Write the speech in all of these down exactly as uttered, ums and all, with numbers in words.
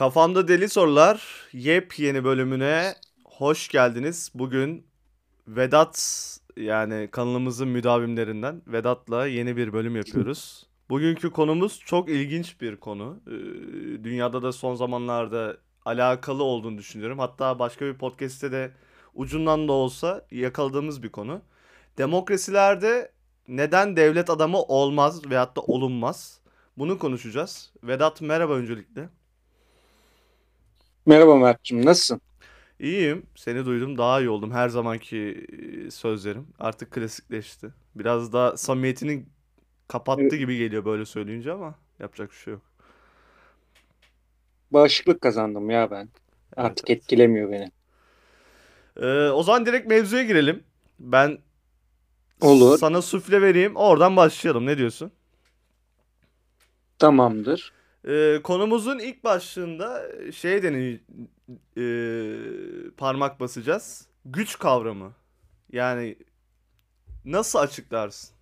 Kafamda Deli Sorular yepyeni bölümüne hoş geldiniz. Bugün Vedat, yani kanalımızın müdavimlerinden Vedat'la yeni bir bölüm yapıyoruz. Bugünkü konumuz çok ilginç bir konu. Ee, dünyada da son zamanlarda alakalı olduğunu düşünüyorum. Hatta başka bir podcast'te de ucundan da olsa yakaladığımız bir konu. Demokrasilerde neden devlet adamı olmaz veyahut da olunmaz? Bunu konuşacağız. Vedat, merhaba öncelikle. Merhaba Mert'cim, nasılsın? İyiyim. Seni duydum. Daha iyi oldum. Her zamanki e, sözlerim. Artık klasikleşti. Biraz da samimiyetini Evet, kapattı gibi geliyor böyle söyleyince ama yapacak bir şey yok. bağışıklık kazandım ya ben. Evet, Artık evet. etkilemiyor beni. Ee, o zaman direkt mevzuya girelim. Ben Olur, sana sufle vereyim. Oradan başlayalım. Ne diyorsun? tamamdır. Ee, konumuzun ilk başlığında şey deni e, parmak basacağız. Güç kavramı. Yani nasıl açıklarsın?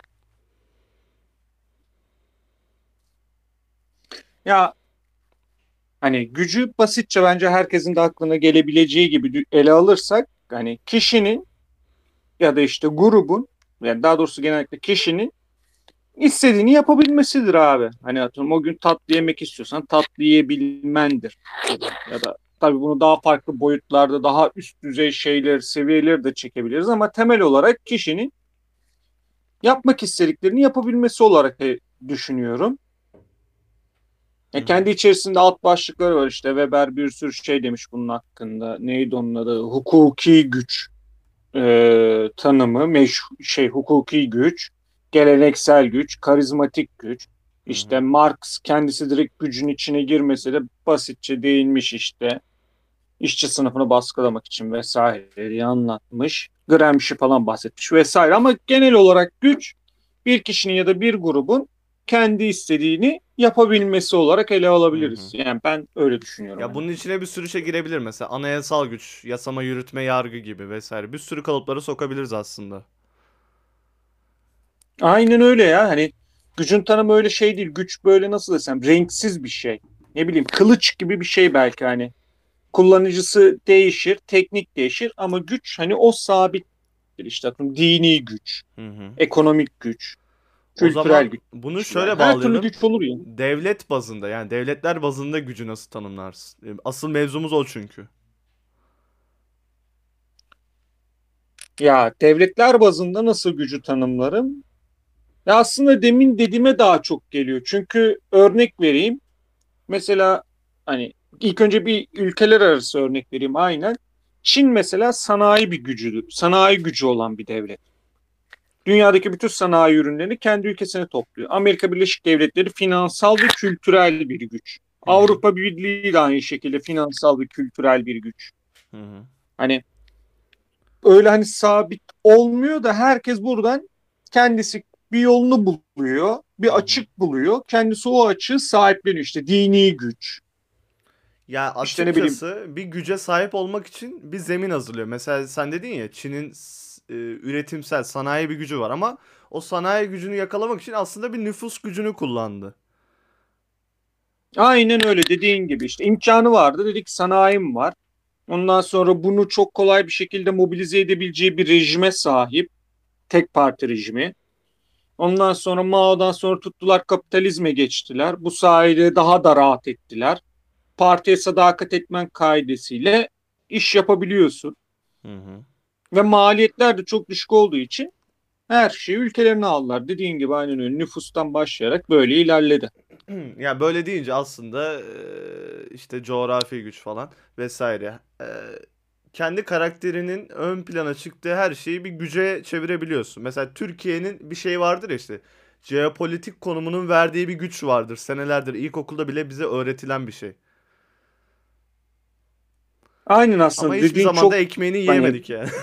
Ya hani gücü basitçe bence herkesin de aklına gelebileceği gibi dü- ele alırsak hani kişinin ya da işte grubun yani daha doğrusu genellikle kişinin istediğini yapabilmesidir abi. Hani atıyorum o gün tatlı yemek istiyorsan tatlı yiyebilmendir. Ya da tabii bunu daha farklı boyutlarda daha üst düzey şeyler, seviyeleri de çekebiliriz ama temel olarak kişinin yapmak istediklerini yapabilmesi olarak e, düşünüyorum. Hı Ya hı. kendi içerisinde alt başlıkları var işte Weber bir sürü şey demiş bunun hakkında. Neydi onun adı? Hukuki güç e, tanımı, meş şey hukuki güç, geleneksel güç, karizmatik güç. Hı İşte hı. Marx kendisi direkt gücün içine girmese de basitçe değinmiş işte. İşçi sınıfını baskılamak için vesaireyi anlatmış. Gramsci falan bahsetmiş vesaire ama genel olarak güç bir kişinin ya da bir grubun kendi istediğini yapabilmesi olarak ele Hı alabiliriz. hı. Yani ben öyle düşünüyorum Ya hani. bunun içine bir sürü şey girebilir, mesela anayasal güç, yasama, yürütme, yargı gibi vesaire. Bir sürü kalıpları sokabiliriz aslında. Aynen öyle ya. Hani gücün tanımı öyle şey değil. Güç böyle nasıl desem renksiz bir şey. Ne bileyim kılıç gibi bir şey belki hani. Kullanıcısı değişir, teknik değişir ama güç hani o sabittir. İşte atıyorum dini güç, Hı hı. ekonomik güç, O kültürel zaman güç. bunu Yani şöyle her türlü bağlayalım. güç olur ya. Devlet bazında, yani devletler bazında gücü nasıl tanımlarsın? E, Asıl mevzumuz o çünkü. Ya devletler bazında nasıl gücü tanımlarım? Ya aslında demin dediğime daha çok geliyor. Çünkü örnek vereyim. Mesela hani ilk önce bir ülkeler arası örnek vereyim aynen. Çin mesela sanayi bir gücüdür. Sanayi gücü olan bir devlet. Dünyadaki bütün sanayi ürünlerini kendi ülkesine topluyor. Amerika Birleşik Devletleri finansal ve kültürel bir güç. Hı hı. Avrupa Birliği de aynı şekilde finansal ve kültürel bir güç. Hı hı. Hani öyle hani sabit olmuyor da herkes buradan kendisi bir yolunu buluyor, Hı bir hı. açık buluyor. Kendisi o açığı sahipleniyor. İşte dini güç. Ya İşte ne bileyim. açıkçası bir güce sahip olmak için bir zemin hazırlıyor. Mesela sen dedin ya, Çin'in s- e, üretimsel sanayi bir gücü var ama o sanayi gücünü yakalamak için aslında bir nüfus gücünü kullandı. Aynen öyle dediğin gibi işte imkanı vardı. Dedik sanayim var. Ondan sonra bunu çok kolay bir şekilde mobilize edebileceği bir rejime sahip. Tek parti rejimi. Ondan sonra Mao'dan sonra tuttular kapitalizme geçtiler. Bu sayede daha da rahat ettiler. Partiye sadakat etmen kaidesiyle iş yapabiliyorsun. Hı hı. Ve maliyetler de çok düşük olduğu için her şeyi ülkelerine aldılar. Dediğin gibi aynen öyle nüfustan başlayarak böyle ilerledi. Ya böyle deyince aslında e, işte coğrafi güç falan vesaire. E, kendi karakterinin ön plana çıktığı her şeyi bir güce çevirebiliyorsun. Mesela Türkiye'nin bir şey vardır ya, işte jeopolitik konumunun verdiği bir güç vardır. Senelerdir ilkokulda bile bize öğretilen bir şey. Aynen Ama aslında hiçbir dediğin zaman da çok ekmeğini hani yiyemedik yani.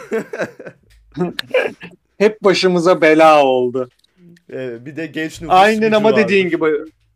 hep başımıza bela oldu. E, bir de genç nüfus Aynen gücü ama dediğin vardır. gibi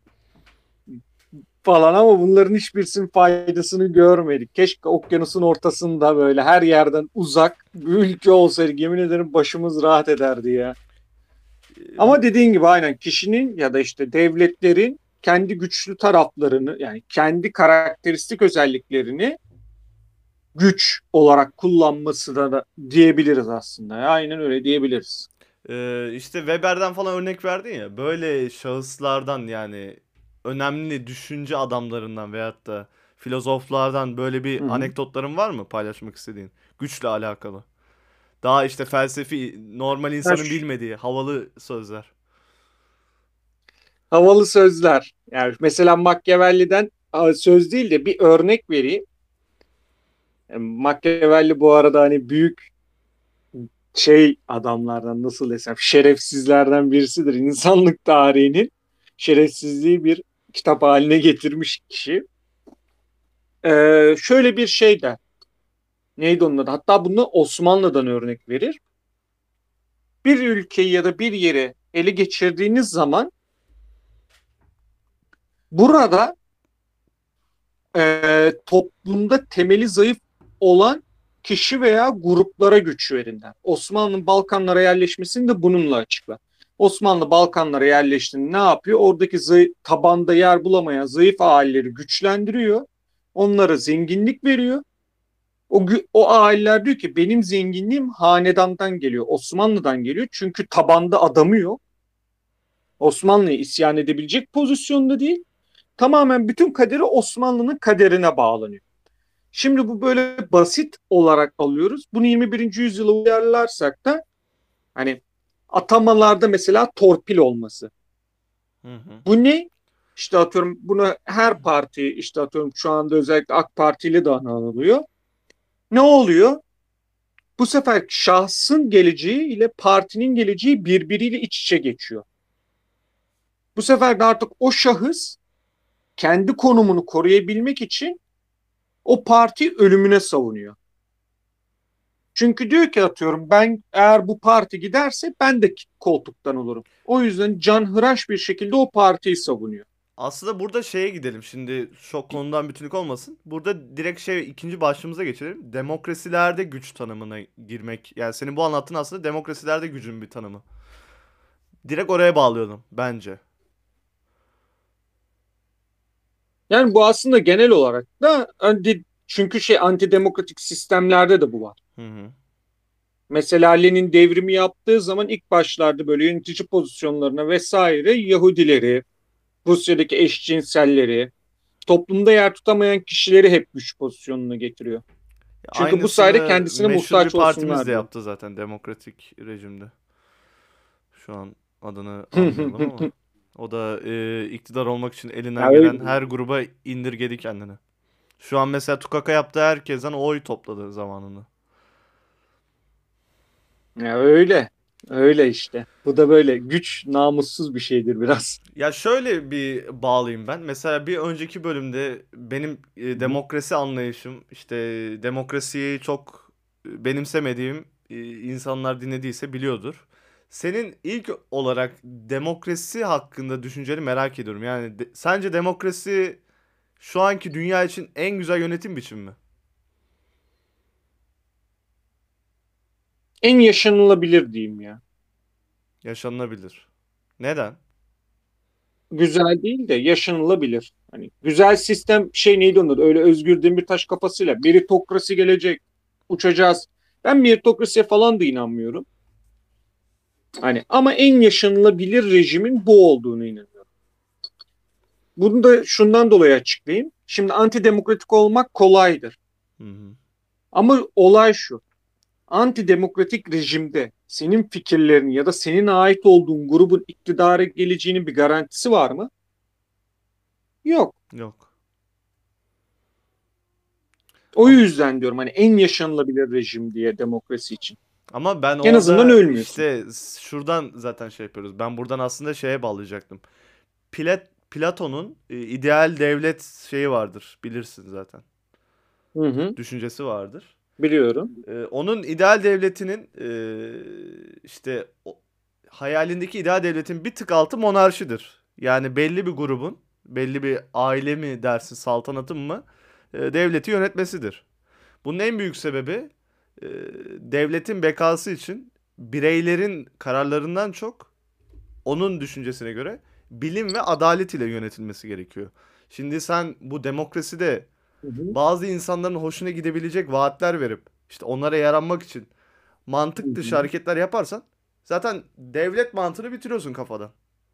falan ama bunların hiçbirisinin faydasını görmedik. Keşke okyanusun ortasında böyle her yerden uzak bir ülke olsaydı yemin ederim başımız rahat ederdi ya. E, Ama bu dediğin gibi aynen kişinin ya da işte devletlerin kendi güçlü taraflarını, yani kendi karakteristik özelliklerini güç olarak kullanması da, da diyebiliriz aslında. Aynen öyle diyebiliriz. Ee, işte Weber'den falan örnek verdin ya. Böyle şahıslardan yani önemli düşünce adamlarından veyahut da filozoflardan böyle bir Hı hı. anekdotların var mı paylaşmak istediğin? Güçle alakalı. Daha işte felsefi, normal Ha, insanın şu- bilmediği havalı sözler. havalı sözler. Yani mesela Machiavelli'den a, söz değil de bir örnek vereyim. Yani Machiavelli bu arada hani büyük şey adamlardan, nasıl desem, şerefsizlerden birisidir. İnsanlık tarihinin şerefsizliği bir kitap haline getirmiş kişi. Ee, şöyle bir şey de, neydi onun adı? Hatta bunu Osmanlı'dan örnek verir. Bir ülkeyi ya da bir yeri ele geçirdiğiniz zaman burada e, toplumda temeli zayıf olan kişi veya gruplara güç verin der. Osmanlı'nın Balkanlara yerleşmesini de bununla açıklar. Osmanlı Balkanlara yerleştiğinde ne yapıyor? Oradaki zayıf, tabanda yer bulamayan zayıf aileleri güçlendiriyor. Onlara zenginlik veriyor. O, o aileler diyor ki benim zenginliğim hanedandan geliyor, Osmanlı'dan geliyor. Çünkü tabanda adamı yok. Osmanlı'ya isyan edebilecek pozisyonda değil. Tamamen bütün kaderi Osmanlı'nın kaderine bağlanıyor. Şimdi bu böyle basit olarak alıyoruz. Bunu yirmi birinci yüzyıla uyarlarsak da hani atamalarda mesela torpil olması. Hı hı. Bu ne? İşte atıyorum bunu her parti, işte atıyorum şu anda özellikle AK Parti ile de anılıyor. Ne oluyor? Bu sefer şahsın geleceği ile partinin geleceği birbiriyle iç içe geçiyor. Bu sefer de artık o şahıs kendi konumunu koruyabilmek için o parti ölümüne savunuyor. Çünkü diyor ki atıyorum ben eğer bu parti giderse ben de koltuktan olurum. O yüzden canhıraş bir şekilde o partiyi savunuyor. Aslında burada şeye gidelim. Şimdi çok konudan bütünlük olmasın. Burada direkt şey ikinci başlığımıza geçelim. Demokrasilerde güç tanımına girmek. Yani senin bu anlattığın aslında demokrasilerde gücün bir tanımı. Direkt oraya bağlıyordum bence. Yani bu aslında genel olarak da anti, çünkü şey antidemokratik sistemlerde de bu var. Hı hı. Mesela Lenin devrimi yaptığı zaman ilk başlarda böyle yönetici pozisyonlarına vesaire Yahudileri, Rusya'daki eşcinselleri, toplumda yer tutamayan kişileri hep güç pozisyonuna getiriyor. Çünkü bu sayede Aynısını kendisine meşhur bir muhtaç partimiz olsunlar de diye. yaptı zaten demokratik rejimde. Şu an adını anmayalım ama. O da e, iktidar olmak için Ya elinden öyle. gelen her gruba indirgedi kendini. Şu an mesela Tukaka yaptığı herkesten oy topladı zamanında. Ya öyle. Öyle işte. Bu da böyle güç namussuz bir şeydir biraz. Ya şöyle bir bağlayayım ben. Mesela bir önceki bölümde benim e, Hı hı. demokrasi anlayışım, işte demokrasiyi çok e, benimsemediğim e, insanlar dinlediyse biliyordur. Senin ilk olarak demokrasi hakkında düşünceni merak ediyorum. Yani de- sence demokrasi şu anki dünya için en güzel yönetim biçimi mi? En yaşanılabilir diyeyim ya. Yaşanılabilir. Neden? Güzel değil de yaşanılabilir. Hani güzel sistem şey neydi onun adı? Öyle Özgür Demirtaş kafasıyla meritokrasi gelecek, uçacağız. Ben meritokrasiye falan da inanmıyorum. Hani ama en yaşanılabilir rejimin bu olduğunu inanıyorum. Bunu da şundan dolayı açıklayayım. Şimdi antidemokratik olmak kolaydır. Hı hı. Ama olay şu. Antidemokratik rejimde senin fikirlerin ya da senin ait olduğun grubun iktidara geleceğinin bir garantisi var mı? Yok. Yok. O Ama yüzden diyorum hani en yaşanılabilir rejim diye demokrasi için. Ama ben En azından orada ölmüyorsun. işte şuradan zaten şey yapıyoruz. Ben buradan aslında şeye bağlayacaktım. Plat Platon'un e, ideal devlet şeyi vardır. Bilirsin zaten. Hı hı, Düşüncesi vardır. biliyorum. E, onun ideal devletinin e, işte o, hayalindeki ideal devletin bir tık altı monarşidir. Yani belli bir grubun, belli bir aile mi dersin, saltanatın mı e, devleti yönetmesidir. Bunun en büyük sebebi e, devletin bekası için bireylerin kararlarından çok onun düşüncesine göre bilim ve adalet ile yönetilmesi gerekiyor. Şimdi sen bu demokraside Hı hı. bazı insanların hoşuna gidebilecek vaatler verip işte onlara yaranmak için Hı mantık dışı hı. hareketler yaparsan zaten devlet mantığını bitiriyorsun kafadan.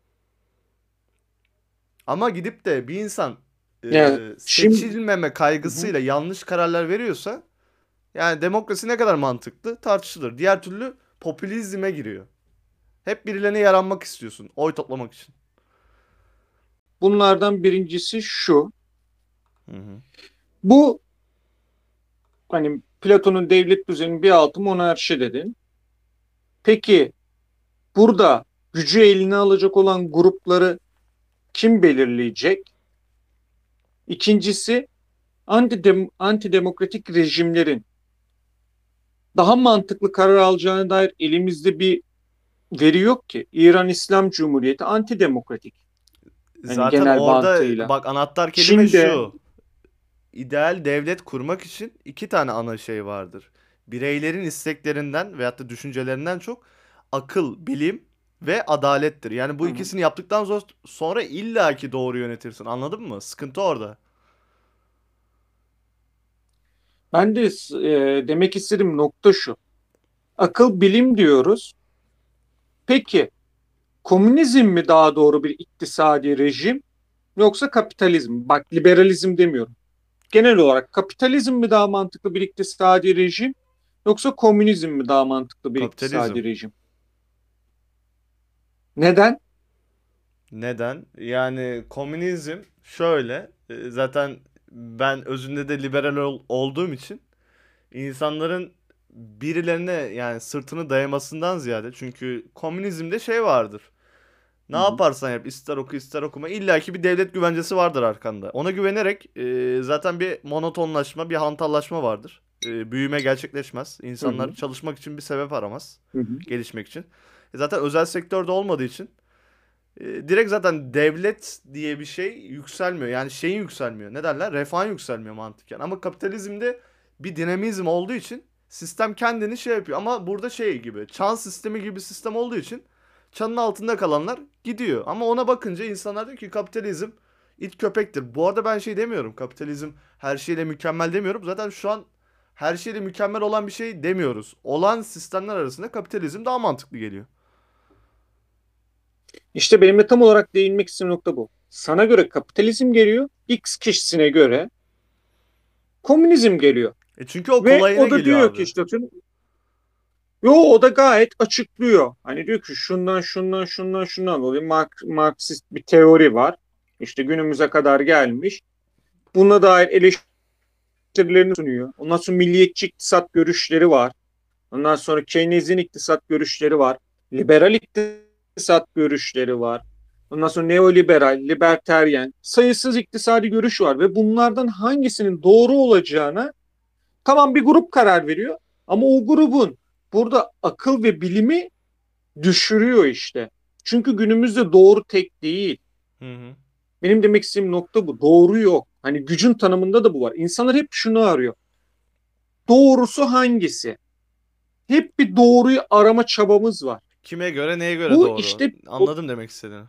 Ama gidip de bir insan Yani e, şimdi seçilmeme hı hı. kaygısıyla yanlış kararlar veriyorsa yani demokrasi ne kadar mantıklı tartışılır. Diğer türlü popülizme giriyor. Hep birilerine yaranmak istiyorsun oy toplamak için. Bunlardan birincisi şu. Hı hı. Bu hani Platon'un devlet düzeninin bir altı monarşi dedin. Peki burada gücü eline alacak olan grupları kim belirleyecek? İkincisi antidem antidemokratik rejimlerin daha mantıklı karar alacağına dair elimizde bir veri yok ki. İran İslam Cumhuriyeti antidemokratik. Yani Zaten genel orada mantığıyla. bak anahtar kelime Çin'de şu. İdeal devlet kurmak için iki tane ana şey vardır. Bireylerin isteklerinden veyahut da düşüncelerinden çok akıl, bilim ve adalettir. Yani bu hı hı. ikisini yaptıktan zo- sonra illaki doğru yönetirsin. Anladın mı? Sıkıntı orada. Ben de e, demek istediğim nokta şu. Akıl bilim diyoruz. Peki komünizm mi daha doğru bir iktisadi rejim yoksa kapitalizm mi? Bak liberalizm demiyorum. Genel olarak kapitalizm mi daha mantıklı bir iktisadi rejim yoksa komünizm mi daha mantıklı bir Kapitalizm. iktisadi rejim? Neden? Neden? Yani komünizm şöyle. e, Zaten ben özünde de liberal ol- olduğum için insanların birilerine yani sırtını dayamasından ziyade çünkü komünizmde şey vardır. Ne Hı hı, yaparsan yap ister oku ister okuma illaki bir devlet güvencesi vardır arkanda. Ona güvenerek e, zaten bir monotonlaşma bir hantallaşma vardır. E, büyüme gerçekleşmez. hı İnsanlar hı, çalışmak için bir sebep aramaz. hı hı. Gelişmek için. E, zaten özel sektörde olmadığı için e, direkt zaten devlet diye bir şey yükselmiyor. Yani şeyin yükselmiyor. Ne derler? Refahın yükselmiyor mantıken. Ama kapitalizmde bir dinamizm olduğu için sistem kendini şey yapıyor. Ama burada şey gibi çan sistemi gibi bir sistem olduğu için çanın altında kalanlar gidiyor. Ama ona bakınca insanlar diyor ki kapitalizm it köpektir. Bu arada ben şey demiyorum. Kapitalizm her şeyle mükemmel demiyorum. Zaten şu an her şeyle mükemmel olan bir şey demiyoruz. Olan sistemler arasında kapitalizm daha mantıklı geliyor. İşte benim de tam olarak değinmek istediğim nokta bu. Sana göre kapitalizm geliyor, X kişisine göre komünizm geliyor. E çünkü o Ve kolayına o da geliyor diyor ki abi. işte yo o da gayet açıklıyor. Hani diyor ki şundan şundan şundan şundan dolayı Mark, Marksist bir teori var. İşte günümüze kadar gelmiş. Buna dair eleştirilerini sunuyor. Ondan sonra milliyetçi iktisat görüşleri var. Ondan sonra Keynesyen iktisat görüşleri var. Liberal iktisat görüşleri var. Ondan sonra neoliberal, liberteryen, sayısız iktisadi görüş var ve bunlardan hangisinin doğru olacağına tamam bir grup karar veriyor ama o grubun burada akıl ve bilimi düşürüyor işte. Çünkü günümüzde doğru tek değil. Hı hı. Benim demek istediğim nokta bu. Doğru yok. Hani gücün tanımında da bu var. İnsanlar hep şunu arıyor. Doğrusu hangisi? Hep bir doğruyu arama çabamız var. Kime göre neye göre Bu doğru? işte Anladım demek istediğini.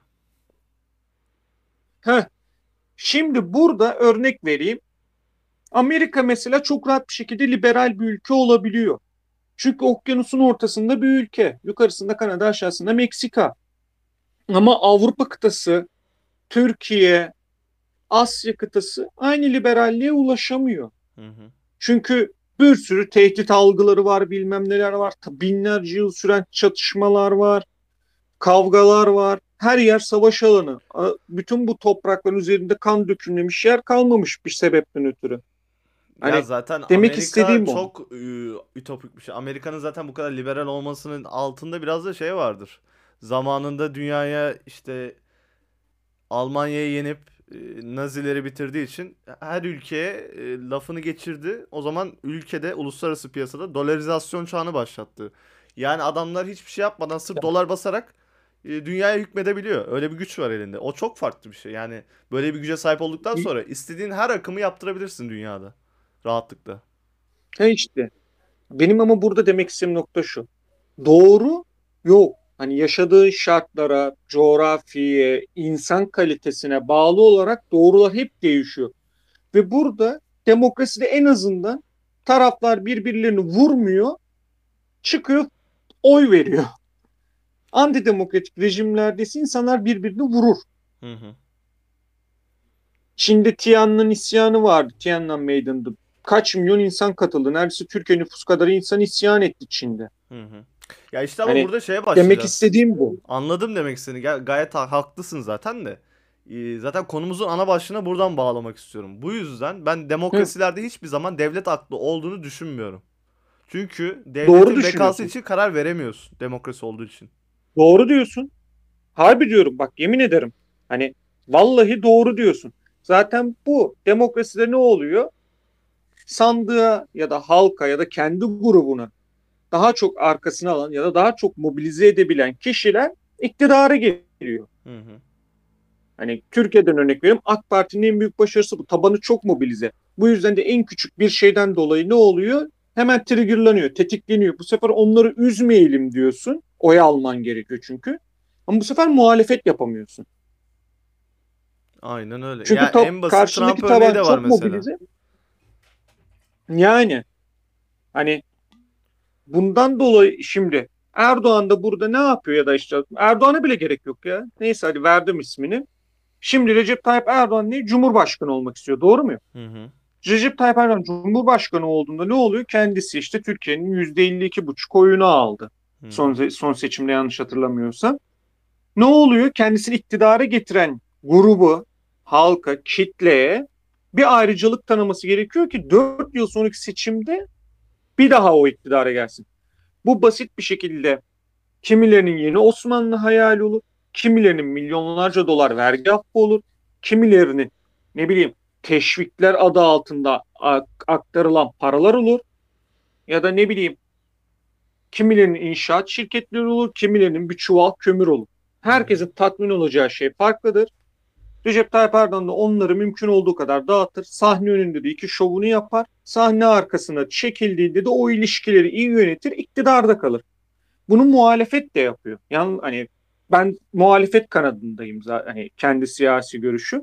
heh, şimdi burada örnek vereyim. Amerika mesela çok rahat bir şekilde liberal bir ülke olabiliyor. Çünkü okyanusun ortasında bir ülke. Yukarısında Kanada, aşağısında Meksika. Ama Avrupa kıtası, Türkiye, Asya kıtası aynı liberalliğe ulaşamıyor. Hı hı. Çünkü bir sürü tehdit algıları var, bilmem neler var. Binlerce yıl süren çatışmalar var, kavgalar var. Her yer savaş alanı. Bütün bu toprakların üzerinde kan dökülmemiş yer kalmamış bir sebepten ötürü. Ya Hani zaten demek Amerika istediğim o. çok ü, ütopik bir şey. Amerika'nın zaten bu kadar liberal olmasının altında biraz da şey vardır. Zamanında dünyaya işte Almanya'yı yenip e, Nazileri bitirdiği için her ülkeye e, lafını geçirdi. O zaman ülkede uluslararası piyasada dolarizasyon çağını başlattı. Yani adamlar hiçbir şey yapmadan sırf dolar basarak e, dünyaya hükmedebiliyor. Öyle bir güç var elinde. O çok farklı bir şey. Yani böyle bir güce sahip olduktan sonra istediğin her akımı yaptırabilirsin dünyada. Rahatlıkla. He işte. Benim ama burada demek istediğim nokta şu. Doğru yok. hani yaşadığı şartlara, coğrafyaya, insan kalitesine bağlı olarak doğrular hep değişiyor. Ve burada demokraside en azından taraflar birbirlerini vurmuyor, çıkıyor, oy veriyor. Antidemokratik rejimlerde ise insanlar birbirini vurur. Hı hı. Çin'de Tiananmen isyanı vardı. Tiananmen Meydanı'nda. Kaç milyon insan katıldı. Neredeyse Türkiye nüfus kadar insan isyan etti Çin'de. Hı hı. Ya işte ama Hani burada şeye demek başlayacağız. istediğim bu. Anladım demek istediğini. Ga- gayet ha- haklısın zaten de. Ee, zaten konumuzun ana başlığına buradan bağlamak istiyorum. Bu yüzden ben Hı, demokrasilerde hiçbir zaman devlet aklı olduğunu düşünmüyorum. Çünkü doğru devletin bekası düşünüyorsun. için karar veremiyorsun demokrasi olduğu için. Doğru diyorsun. Harbi diyorum bak yemin ederim. Hani vallahi doğru diyorsun. Zaten bu demokraside ne oluyor? Sandığa ya da halka ya da kendi grubuna daha çok arkasına alan ya da daha çok mobilize edebilen kişiler iktidara geliyor. Hı hı. Hani Türkiye'den örnek vereyim. AK Parti'nin en büyük başarısı bu. Tabanı çok mobilize. Bu yüzden de en küçük bir şeyden dolayı ne oluyor? Hemen triggerlanıyor, tetikleniyor. Bu sefer onları üzmeyelim diyorsun. Oy alman gerekiyor çünkü. Ama bu sefer muhalefet yapamıyorsun. Aynen öyle. Ya Çünkü ta- en basit Trump karşındaki örneği taban de var çok mesela. mobilize. Yani hani bundan dolayı şimdi Erdoğan da burada ne yapıyor ya da işte Erdoğan'a bile gerek yok ya. Neyse hadi verdim ismini. Şimdi Recep Tayyip Erdoğan ne? Cumhurbaşkanı olmak istiyor. Doğru mu? Hı hı. Recep Tayyip Erdoğan Cumhurbaşkanı olduğunda ne oluyor? Kendisi işte Türkiye'nin yüzde elli iki buçuk oyunu aldı. Hı hı. Son, son seçimde yanlış hatırlamıyorsam. Ne oluyor? Kendisini iktidara getiren grubu, halka, kitleye bir ayrıcalık tanıması gerekiyor ki dört yıl sonraki seçimde bir daha o iktidara gelsin. Bu basit bir şekilde kimilerinin yeni Osmanlı hayali olur, kimilerinin milyonlarca dolar vergi affı olur, kimilerinin ne bileyim teşvikler adı altında aktarılan paralar olur ya da ne bileyim kimilerinin inşaat şirketleri olur, kimilerinin bir çuval kömür olur. Hı hı. Herkesin tatmin olacağı şey farklıdır. Recep Tayyip Erdoğan da onları mümkün olduğu kadar dağıtır. Sahne önünde de iki şovunu yapar. Sahne arkasına çekildiğinde de o ilişkileri iyi yönetir, iktidarda kalır. Bunu muhalefet de yapıyor. Yani hani ben muhalefet kanadındayım zaten hani kendi siyasi görüşüm.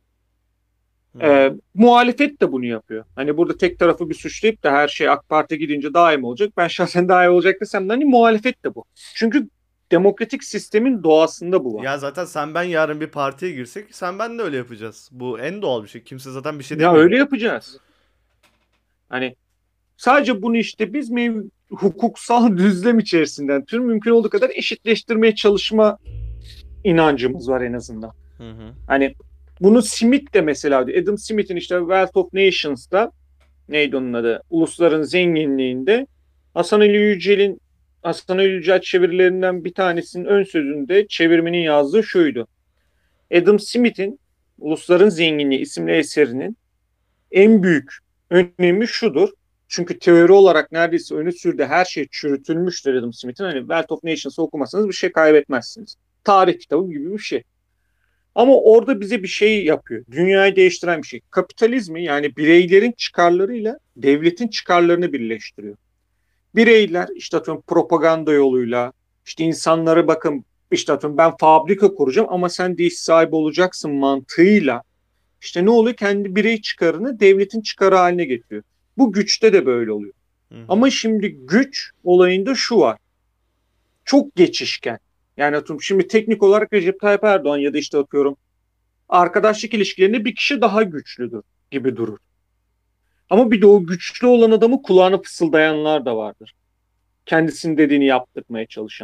Hı hı. Ee, muhalefet de bunu yapıyor. Hani burada tek tarafı bir suçlayıp da her şey AK Parti gidince daha iyi mi olacak? Ben şahsen daha iyi olacak desem de hani muhalefet de bu. Çünkü demokratik sistemin doğasında bu var. Ya zaten sen ben yarın bir partiye girsek sen ben de öyle yapacağız. Bu en doğal bir şey. Kimse zaten bir şey Ya demiyor. öyle yapacağız. Hani sadece bunu işte biz mev- hukuksal düzlem içerisinden tüm mümkün olduğu kadar eşitleştirmeye çalışma inancımız var en azından. Hı hı. Hani bunu Smith de mesela diyor. Adam Smith'in işte Wealth of Nations'da neydi onun adı? Ulusların zenginliğinde Hasan Ali Yücel'in Hasan Ali Yücel çevirilerinden bir tanesinin ön sözünde çevirmenin yazdığı şuydu. Adam Smith'in Ulusların Zenginliği isimli eserinin en büyük önemi şudur. Çünkü teori olarak neredeyse öne sürdüğü her şey çürütülmüştür Adam Smith'in. Hani Wealth of Nations'ı okumasanız bir şey kaybetmezsiniz. Tarih kitabı gibi bir şey. Ama orada bize bir şey yapıyor. Dünyayı değiştiren bir şey. Kapitalizmi yani bireylerin çıkarlarıyla devletin çıkarlarını birleştiriyor. Bireyler işte atıyorum propaganda yoluyla işte insanlara bakın işte atıyorum ben fabrika kuracağım ama sen de iş sahibi olacaksın mantığıyla işte ne oluyor? Kendi birey çıkarını devletin çıkarı haline getiriyor. Bu güçte de böyle oluyor. Hı hı. Ama şimdi güç olayında şu var. Çok geçişken. Yani atıyorum şimdi teknik olarak Recep Tayyip Erdoğan ya da işte atıyorum arkadaşlık ilişkilerinde bir kişi daha güçlüdür gibi durur. Ama bir de o güçlü olan adamı kulağına fısıldayanlar da vardır. Kendisinin dediğini yaptırmaya çalışan.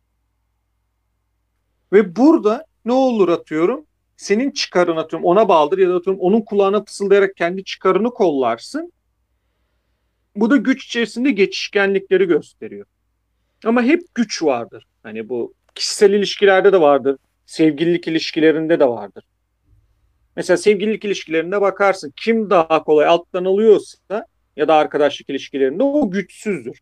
Ve burada ne olur atıyorum? Senin çıkarın atıyorum ona bağlıdır ya da atıyorum onun kulağına fısıldayarak kendi çıkarını kollarsın. Bu da güç içerisinde geçişkenlikleri gösteriyor. Ama hep güç vardır. Hani bu kişisel ilişkilerde de vardır. Sevgililik ilişkilerinde de vardır. Mesela sevgililik ilişkilerinde bakarsın kim daha kolay alttan alıyorsa ya da arkadaşlık ilişkilerinde o güçsüzdür.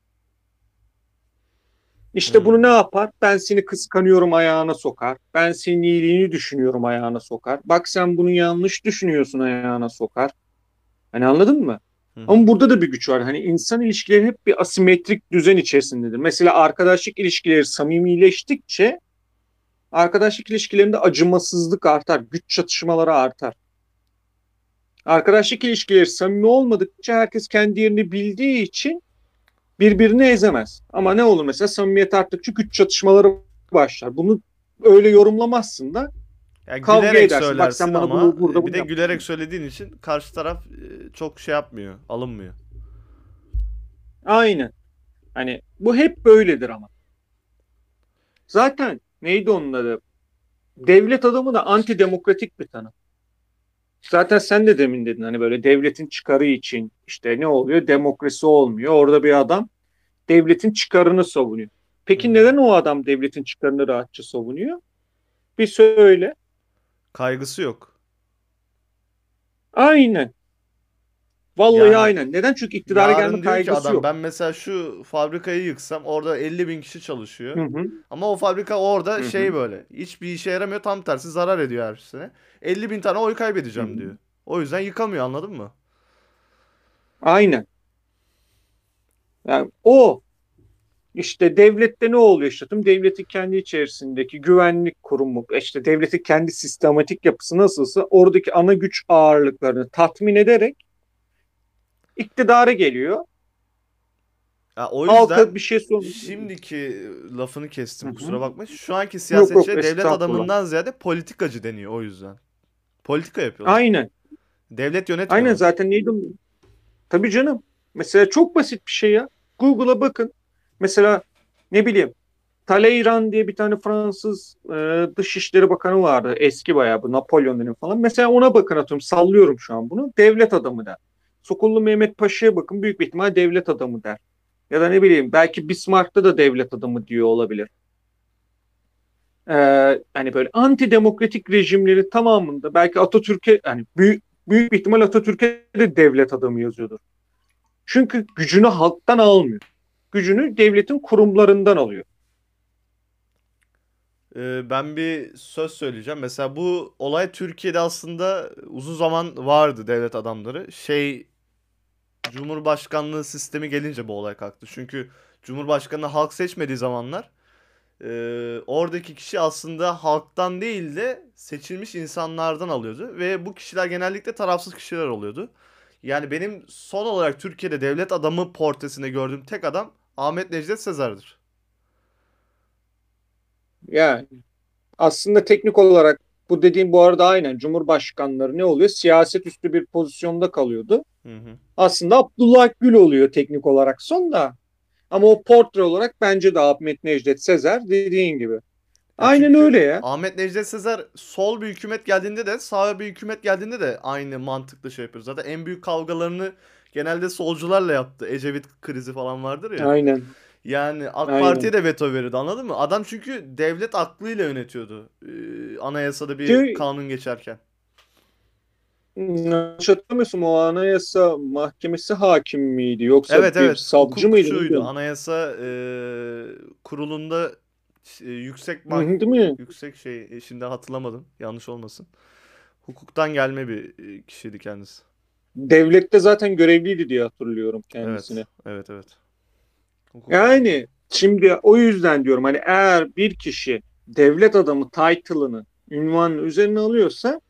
İşte bunu ne Hı. yapar? Ben seni kıskanıyorum ayağına sokar. Ben senin iyiliğini düşünüyorum ayağına sokar. Bak sen bunu yanlış düşünüyorsun ayağına sokar. Hani anladın mı? Hı hı. Ama burada da bir güç var. Hani insan ilişkileri hep bir asimetrik düzen içerisindedir. Mesela arkadaşlık ilişkileri samimileştikçe arkadaşlık ilişkilerinde acımasızlık artar, güç çatışmaları artar. Arkadaşlık ilişkileri samimi olmadıkça herkes kendi yerini bildiği için birbirini ezemez. Ama ne olur mesela samimiyet arttıkça güç çatışmaları başlar. Bunu öyle yorumlamazsın da Ya kavga gülerek edersin. Bak sen söylersin bana ama bunu burada bir bunu de yaptın. gülerek söylediğin için karşı taraf e, çok şey yapmıyor, alınmıyor. Aynen. Hani bu hep böyledir ama. Zaten neydi onun adı? Devlet adamı da antidemokratik bir tanım. Zaten sen de demin dedin hani böyle devletin çıkarı için işte ne oluyor? Demokrasi olmuyor. Orada bir adam devletin çıkarını savunuyor. Hı Peki hı. neden o adam devletin çıkarını rahatça savunuyor? Bir söyle. Kaygısı yok. Aynen. Vallahi Yani aynen. Neden? Çünkü iktidara gelme yarın diyor ki kaygısı adam yok. ben mesela şu fabrikayı yıksam orada elli bin kişi Hı çalışıyor. hı. Ama o fabrika orada Hı hı. şey böyle hiçbir işe yaramıyor, tam tersi zarar ediyor her sene. elli bin tane oy Hı kaybedeceğim hı. diyor. O yüzden yıkamıyor, anladın mı? Aynen. Yani o işte devlette ne oluyor işte tüm devletin kendi içerisindeki güvenlik kurumu işte devletin kendi sistematik yapısı nasılsa oradaki ana güç ağırlıklarını tatmin ederek iktidara geliyor. Ya o Halka yüzden bir şey sor. şimdiki lafını Hı kestim, hı. kusura bakma. Şu anki Yok yok siyasetçiye devlet estağfurullah. adamından ziyade politikacı deniyor o yüzden. Politika yapıyorlar. Aynen. Devlet Aynen yönetmiyorlar. zaten neydi? Tabii canım. Mesela çok basit bir şey ya. Google'a bakın. Mesela ne bileyim Talleyrand diye bir tane Fransız e, Dışişleri Bakanı vardı. Eski bayağı bu Napolyon dönemi falan. Mesela ona bakın atıyorum sallıyorum şu an bunu. Devlet adamı der. Sokullu Mehmet Paşa'ya bakın büyük bir ihtimal devlet adamı der. Ya da ne bileyim belki Bismarck'ta da devlet adamı diyor olabilir. Ee, hani böyle antidemokratik rejimleri tamamında belki Atatürk'e hani büyük, büyük bir ihtimal Atatürk'e de devlet adamı yazıyordur. Çünkü gücünü halktan almıyor. Gücünü devletin kurumlarından alıyor. Ee, ben bir söz söyleyeceğim. Mesela bu olay Türkiye'de aslında uzun zaman vardı, devlet adamları. Şey, Cumhurbaşkanlığı sistemi gelince bu olay kalktı. Çünkü Cumhurbaşkanı halk seçmediği zamanlar e, oradaki kişi aslında halktan değil de seçilmiş insanlardan alıyordu. Ve bu kişiler genellikle tarafsız kişiler oluyordu. Yani benim son olarak Türkiye'de devlet adamı portresinde gördüğüm tek adam Ahmet Necdet Sezer'dir. Yani aslında teknik olarak bu dediğim bu arada aynen Cumhurbaşkanları ne oluyor? Siyaset üstü bir pozisyonda kalıyordu. Hı hı. Aslında Abdullah Gül oluyor teknik olarak son da. Ama o portre olarak bence de Ahmet Necdet Sezer dediğin gibi. Ya Aynen öyle çünkü ya. Ahmet Necdet Sezer sol bir hükümet geldiğinde de sağ bir hükümet geldiğinde de aynı mantıklı şey yapıyor. Zaten en büyük kavgalarını genelde solcularla yaptı. Ecevit krizi falan vardır ya. Aynen. Yani AK Parti'ye Aynen. de veto verirdi, anladın mı? Adam çünkü devlet aklıyla yönetiyordu. Ee, anayasada bir Ki kanun geçerken. yanlış hatırlamıyorsam o Anayasa Mahkemesi hakim miydi yoksa Evet bir evet, savcı mıydı? hukukçuydu. Neydi? Anayasa e, kurulunda e, yüksek Hı mah hı, değil mi? yüksek şey, e, şimdi hatırlamadım. Yanlış olmasın. Hukuktan gelme bir e, kişiydi kendisi. Devlette zaten görevliydi diye hatırlıyorum Evet. kendisini. Evet evet. Hukuk alanında. Yani şimdi o yüzden diyorum hani eğer bir kişi devlet adamı title'ını, ünvanını üzerine alıyorsa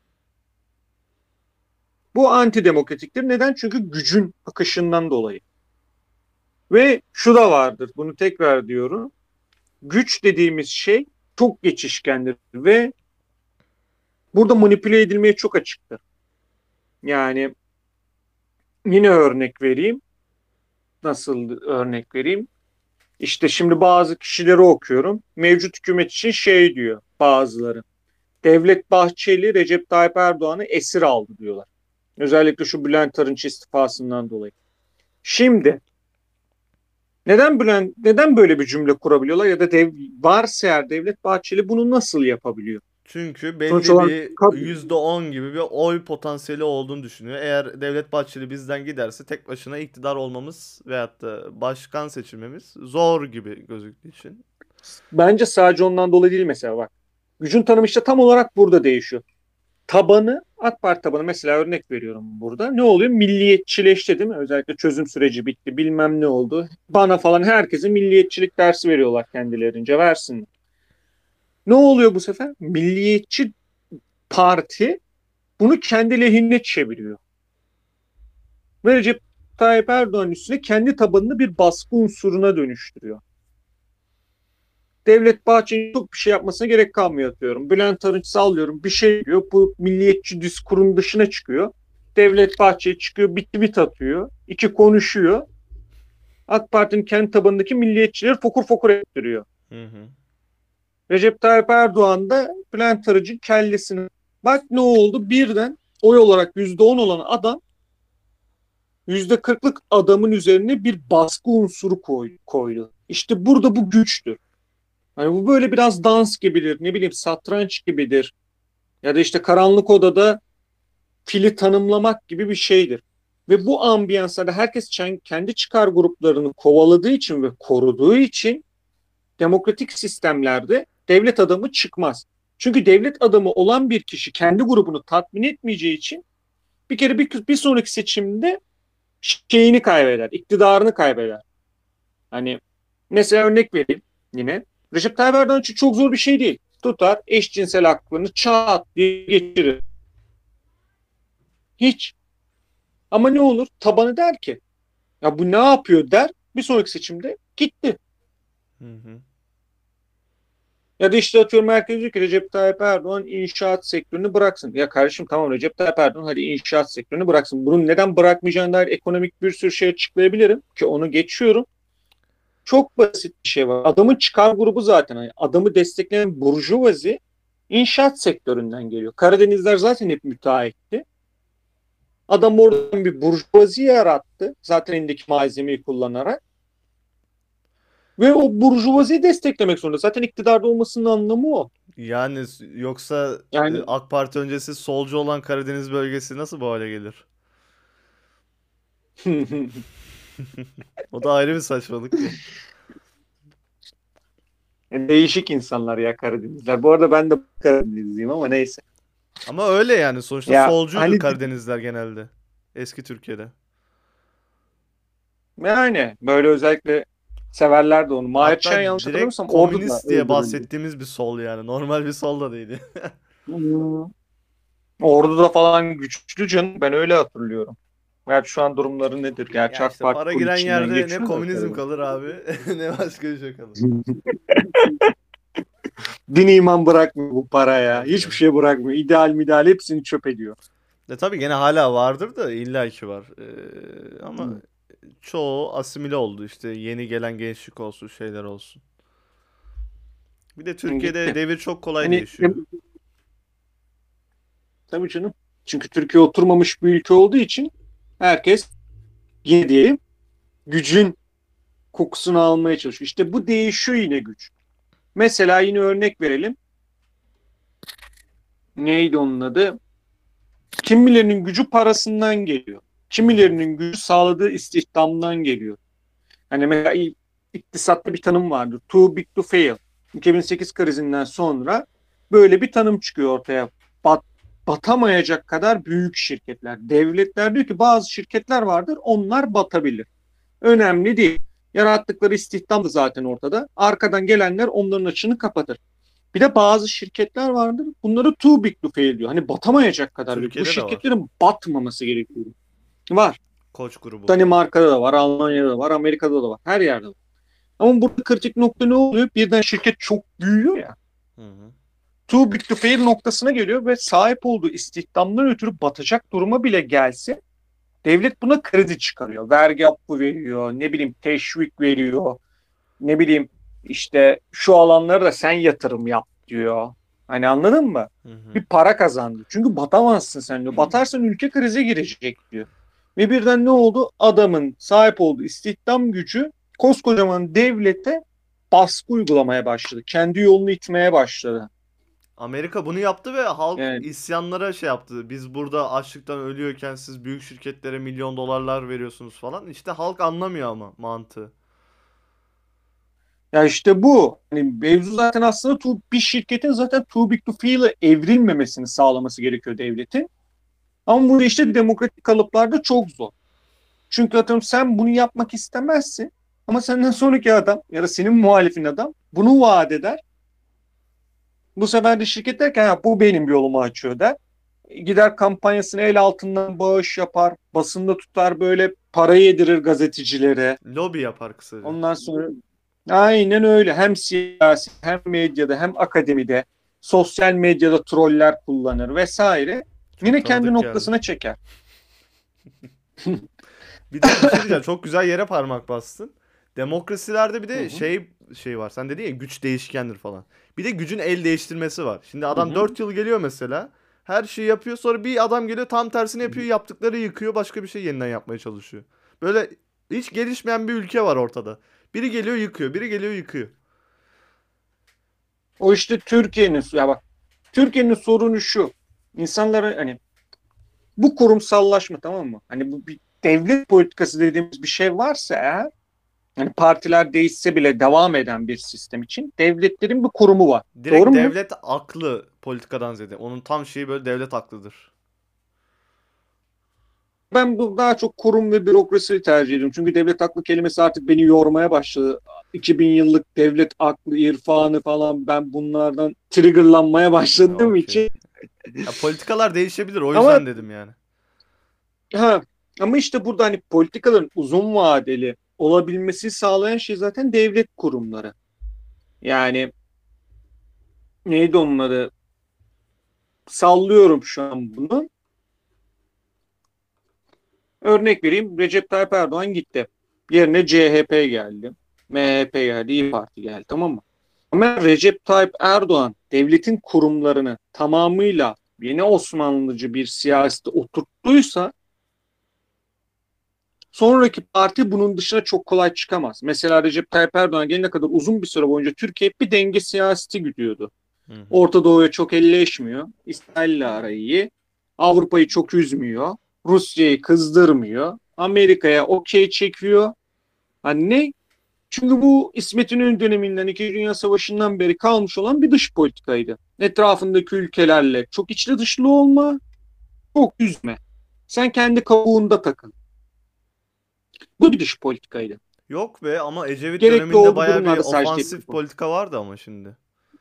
bu antidemokratiktir. Neden? Çünkü gücün akışından dolayı. Ve şu da vardır. Bunu tekrar diyorum. Güç dediğimiz şey çok geçişkendir ve burada manipüle edilmeye çok açıktır. Yani yine örnek vereyim. Nasıl örnek vereyim? İşte şimdi bazı kişileri okuyorum. Mevcut hükümet için şey diyor bazıları. Devlet Bahçeli Recep Tayyip Erdoğan'ı esir aldı diyorlar. Özellikle şu Bülent Arınç istifasından dolayı. Şimdi neden Bülent neden böyle bir cümle kurabiliyorlar ya da dev, varsa eğer Devlet Bahçeli bunu nasıl yapabiliyor? Çünkü Sonuç belli olarak bir yüzde on gibi bir oy potansiyeli olduğunu düşünüyor. Eğer Devlet Bahçeli bizden giderse tek başına iktidar olmamız veyahut da başkan seçilmemiz zor gibi gözüktüğü için. bence sadece ondan dolayı değil mesela bak. Gücün tanımı işte tam olarak burada değişiyor. Tabanı AK Parti tabanı mesela örnek veriyorum burada. Ne oluyor? Milliyetçileşti değil mi? Özellikle çözüm süreci bitti. Bilmem ne oldu. Bana falan herkese milliyetçilik dersi veriyorlar kendilerince. Versin. Ne oluyor bu sefer? Milliyetçi parti bunu kendi lehine çeviriyor. Ve Recep Tayyip Erdoğan üstüne kendi tabanını bir baskı unsuruna dönüştürüyor. Devlet Bahçeli'nin çok bir şey yapmasına gerek kalmıyor atıyorum. Bülent Arınç sallıyorum bir şey diyor. Bu milliyetçi diskurun dışına çıkıyor. Devlet Bahçeli çıkıyor bir tweet atıyor. İki konuşuyor. AK Parti'nin kendi tabanındaki milliyetçileri fokur fokur ettiriyor. Hı hı. Recep Tayyip Erdoğan da Bülent Arınç'ın kellesini. Bak ne oldu? Birden oy olarak yüzde on olan adam yüzde kırklık adamın üzerine bir baskı unsuru koy, koydu. İşte burada bu güçtür. Hani bu böyle biraz dans gibidir, ne bileyim satranç gibidir. Ya da işte karanlık odada fili tanımlamak gibi bir şeydir. Ve bu ambiyanslarda herkes kendi çıkar gruplarını kovaladığı için ve koruduğu için demokratik sistemlerde devlet adamı çıkmaz. Çünkü devlet adamı olan bir kişi kendi grubunu tatmin etmeyeceği için bir kere bir, bir sonraki seçimde şeyini kaybeder, iktidarını kaybeder. Hani mesela örnek vereyim yine. Recep Tayyip Erdoğan için çok zor bir şey değil. Tutar eşcinsel haklarını çat diye geçirir. Hiç. Ama ne olur? Tabanı der ki ya bu ne yapıyor der. Bir sonraki seçimde gitti. Hı hı. Ya da işte atıyorum herkes diyor ki Recep Tayyip Erdoğan inşaat sektörünü bıraksın. Ya kardeşim tamam Recep Tayyip Erdoğan hadi inşaat sektörünü bıraksın. Bunun neden bırakmayacağına dair ekonomik bir sürü şey açıklayabilirim ki onu geçiyorum. Çok basit bir şey var. Adamın çıkar grubu zaten. Yani adamı destekleyen burjuvazi inşaat sektöründen geliyor. Karadenizler zaten hep müteahhitti. Adam oradan bir burjuvazi yarattı. Zaten elindeki malzemeyi kullanarak. Ve o burjuvaziyi desteklemek zorunda. Zaten iktidarda olmasının anlamı o. Yani s- yoksa e, Yani AK Parti öncesi solcu olan Karadeniz bölgesi nasıl bu hale gelir? O da ayrı bir saçmalık ya. değişik insanlar ya Karadenizler. Bu arada ben de Karadenizliyim ama neyse. Ama öyle yani sonuçta Ya solcuydu hani Karadenizler genelde. Eski Türkiye'de. yani böyle özellikle severler de onu. Mahir Hatta Şen yanlış direkt hatırlamıyorsam Ordu'da komünist diye öldürüldü. bahsettiğimiz bir sol yani. Normal bir sol da değildi. Hmm. Ordu'da falan güçlü canım. Ben öyle hatırlıyorum. Gerçi şu an durumları nedir? Gerçi Ya AK işte Parti para full giren içinden yerde ne geçiyor da komünizm Karadeniz. kalır abi ne başka bir şey kalır. Din iman bırakmıyor bu para ya. Tabii Hiçbir canım. şey bırakmıyor. İdeal midal hepsini çöp ediyor. De tabii gene hala vardır da illaki var. Ee, ama çoğu asimile oldu işte yeni gelen gençlik olsun şeyler olsun. Bir de Türkiye'de Gitti. devir çok kolay Hani değişiyor. tabii canım. Çünkü Türkiye oturmamış bir ülke olduğu için herkes yine diyelim gücün kokusunu almaya çalışıyor. İşte bu değişiyor yine güç. Mesela yine örnek verelim. Neydi onun adı? Kimilerinin gücü parasından geliyor. Hı hı. Kimilerinin gücü sağladığı istihdamdan geliyor. Hani mesela iktisatta bir tanım vardı. Too big to fail. iki bin sekiz krizinden sonra böyle bir tanım çıkıyor ortaya. Bat, batamayacak kadar büyük şirketler. Devletler diyor ki bazı şirketler vardır onlar batabilir. Önemli değil. Yarattıkları istihdam da zaten ortada. Arkadan gelenler onların açığını kapatır. Bir de bazı şirketler vardır. Bunları too big to fail diyor. Hani batamayacak kadar büyük. Bu Türkiye'de de var. şirketlerin batmaması gerekiyor. Var. Koç grubu. Danimarka'da da var, Almanya'da da var, Amerika'da da var. Her yerde var. Ama burada kritik nokta ne oluyor? Birden şirket çok büyüyor ya. Hı hı. Too big to fail noktasına geliyor ve sahip olduğu istihdamdan ötürü batacak duruma bile gelse devlet buna kredi çıkarıyor. Vergi affı veriyor, ne bileyim teşvik veriyor, ne bileyim işte şu alanlara da sen yatırım yap diyor. Hani anladın mı? Hı hı. Bir para kazandı. Çünkü batamazsın sen diyor. Batarsan ülke krize girecek diyor. Ve birden ne oldu? Adamın sahip olduğu istihdam gücü koskocaman devlete baskı uygulamaya başladı. Kendi yolunu itmeye başladı. Amerika bunu yaptı ve halk Yani isyanlara şey yaptı. Biz burada açlıktan ölüyorken siz büyük şirketlere milyon dolarlar veriyorsunuz falan. İşte halk anlamıyor ama mantığı. ya işte bu. Hani mevzu zaten aslında too, bir şirketin zaten too big to fail'e evrilmemesini sağlaması gerekiyor devletin. Ama bu işte demokratik kalıplarda çok zor. Çünkü atıyorum sen bunu yapmak istemezsin. Ama senden sonraki adam ya da senin muhalifin adam bunu vaat eder. Bu sefer de şirket der ki "Ha, bu benim yolumu açıyor" der. Gider kampanyasını el altından bağış yapar. Basında tutar, böyle para yedirir gazetecilere. Lobi yapar kısaca. Ondan sonra aynen öyle. Hem siyasi hem medyada hem akademide sosyal medyada troller kullanır vesaire. Çok Yine kendi tanıdık geldi. noktasına çeker. Bir de bir şey diyeceğim. Çok güzel yere parmak bastın. Demokrasilerde bir Hı de hı. şey şey var. Sen dedin ya güç değişkendir falan. Bir de gücün el değiştirmesi var. Şimdi Hı adam hı. dört yıl geliyor mesela. Her şeyi yapıyor. Sonra bir adam geliyor tam tersini yapıyor. Yaptıkları yıkıyor. Başka bir şey yeniden yapmaya çalışıyor. Böyle hiç gelişmeyen bir ülke var ortada. Biri geliyor yıkıyor. Biri geliyor yıkıyor. O işte Türkiye'nin ya bak Türkiye'nin sorunu şu. İnsanlara hani bu kurumsallaşma, tamam mı? Hani bu bir devlet politikası dediğimiz bir şey varsa eğer, hani partiler değişse bile devam eden bir sistem için devletlerin bir kurumu var. Direkt Doğru mu? devlet aklı politikadan ziyade. Onun tam şeyi böyle devlet aklıdır. Ben bu daha çok kurum ve bürokrasiyi tercih ediyorum. Çünkü devlet aklı kelimesi artık beni yormaya başladı. iki bin yıllık devlet aklı, irfanı falan, ben bunlardan triggerlanmaya Ha, başladığım okey. için. Ya politikalar değişebilir. O Ama yüzden dedim yani. ha ama işte burada hani politikaların uzun vadeli olabilmesi sağlayan şey zaten devlet kurumları. Yani neydi onun adı? Sallıyorum şu an bunu. Örnek vereyim. Recep Tayyip Erdoğan gitti. Yerine C H P geldi. M H P geldi. İYİ Parti geldi. Tamam mı? Ama Recep Tayyip Erdoğan devletin kurumlarını tamamıyla yeni Osmanlıcı bir siyasete oturttuysa sonraki parti bunun dışına çok kolay çıkamaz. Mesela Recep Tayyip Erdoğan gelene kadar uzun bir süre boyunca Türkiye hep bir denge siyaseti gidiyordu. Hı hı. Orta Doğu'ya çok elleşmiyor. İsrail'le arayı iyi. Avrupa'yı çok üzmüyor. Rusya'yı kızdırmıyor. Amerika'ya okey çekiyor. Hani ne? Çünkü bu İsmet İnönü döneminden, İkinci Dünya Savaşı'ndan beri kalmış olan bir dış politikaydı. Etrafındaki ülkelerle çok içli dışlı olma, çok üzme. Sen kendi kabuğunda takıl. Bu bir dış politikaydı. Yok be ama Ecevit Gerekli döneminde olduğu bayağı bir durumlarda sadece tepki ofansif koy. politika vardı ama şimdi.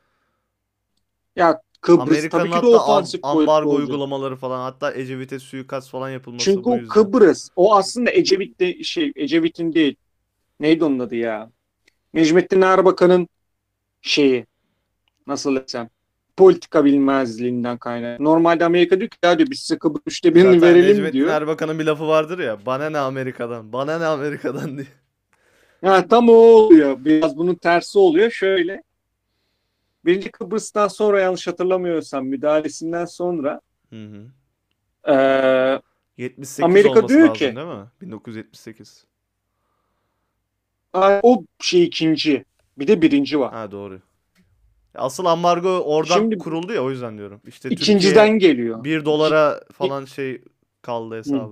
Ya Kıbrıs Amerika'nın tabii ki de hatta am- ofansif politika ambargo olacak. uygulamaları falan hatta Ecevit'e suikast falan yapılması Çünkü bu o yüzden. Kıbrıs, o aslında Ecevit'te şey, Ecevit'in değil. Neydi onun adı ya? Necmettin Erbakan'ın şeyi, nasıl desem, politika bilmezliğinden kaynak. Normalde Amerika diyor ki ya diyor biz size Kıbrıs üçte birini Zaten verelim Necmettin diyor. Erbakan'ın bir lafı vardır ya. Bana ne Amerika'dan? Bana ne Amerika'dan diye. Ya tam o oluyor. Biraz bunun tersi oluyor. Şöyle. Birinci Kıbrıs'tan sonra, yanlış hatırlamıyorsam, müdahalesinden sonra Hı hı. eee, yetmiş sekiz Amerika olması diyor lazım ki değil mi? bin dokuz yüz yetmiş sekiz. o şey ikinci. Bir de birinci var. Ha doğru. Asıl ambargo oradan Şimdi kuruldu ya o yüzden diyorum. İşte Türkiye ikinciden geliyor. bir İki, dolara i- falan şey kaldı hı. hesabı.